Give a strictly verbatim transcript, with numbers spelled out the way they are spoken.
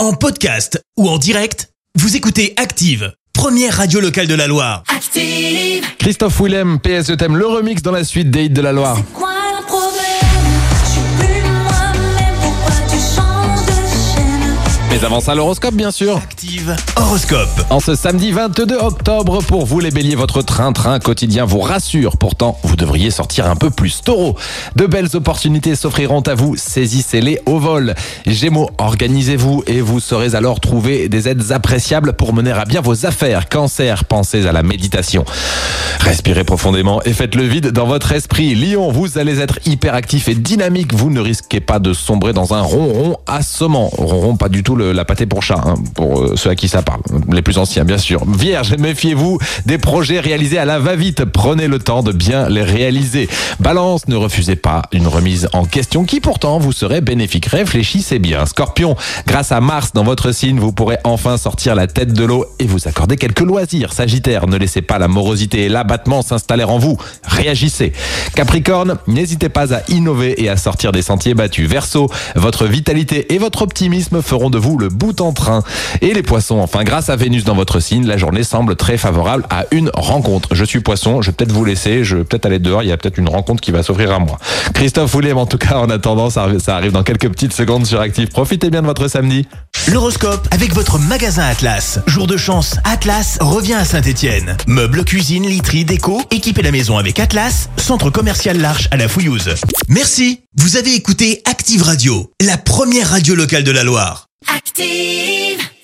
En podcast ou en direct, vous écoutez Active, première radio locale de la Loire. Active. Christophe Willem, P S E Thème, le remix dans la suite des hits de la Loire. C'est quoi le problème? Je suis plus moi-même, pourquoi tu changes de chaîne? Mais avant ça, l'horoscope bien sûr. Active Horoscope. En ce samedi vingt-deux octobre, pour vous les béliers, votre train-train quotidien vous rassure. Pourtant, vous devriez sortir un peu plus. Taureau, de belles opportunités s'offriront à vous, saisissez-les au vol. Gémeaux, organisez-vous et vous saurez alors trouver des aides appréciables pour mener à bien vos affaires. Cancer, pensez à la méditation. Respirez profondément et faites le vide dans votre esprit. Lion, vous allez être hyperactif et dynamique. Vous ne risquez pas de sombrer dans un ronron assommant. Ronron, pas du tout le, la pâtée pour chat, hein, pour euh, ceux à qui ça parle. Les plus anciens, bien sûr. Vierge, méfiez-vous des projets réalisés à la va-vite. Prenez le temps de bien les réaliser. Balance, ne refusez pas une remise en question qui pourtant vous serait bénéfique. Réfléchissez bien. Scorpion, grâce à Mars dans votre signe, vous pourrez enfin sortir la tête de l'eau et vous accorder quelques loisirs. Sagittaire, ne laissez pas la morosité et l'abattement s'installer en vous. Réagissez. Capricorne, n'hésitez pas à innover et à sortir des sentiers battus. Verseau, votre vitalité et votre optimisme feront de vous le bout en train. Et les poissons, enfin, grâce à Vénus dans votre signe, la journée semble très favorable à une rencontre. Je suis poisson, je vais peut-être vous laisser, je vais peut-être aller dehors, il y a peut-être une rencontre qui va s'offrir à moi. Christophe Willem, en tout cas, en attendant, ça arrive, ça arrive dans quelques petites secondes sur Active. Profitez bien de votre samedi. L'horoscope avec votre magasin Atlas. Jour de chance, Atlas revient à Saint-Étienne. Meubles, cuisine, literie, déco, équipez la maison avec Atlas, centre commercial L'Arche à la Fouillouse. Merci, vous avez écouté Active Radio, la première radio locale de la Loire. Active.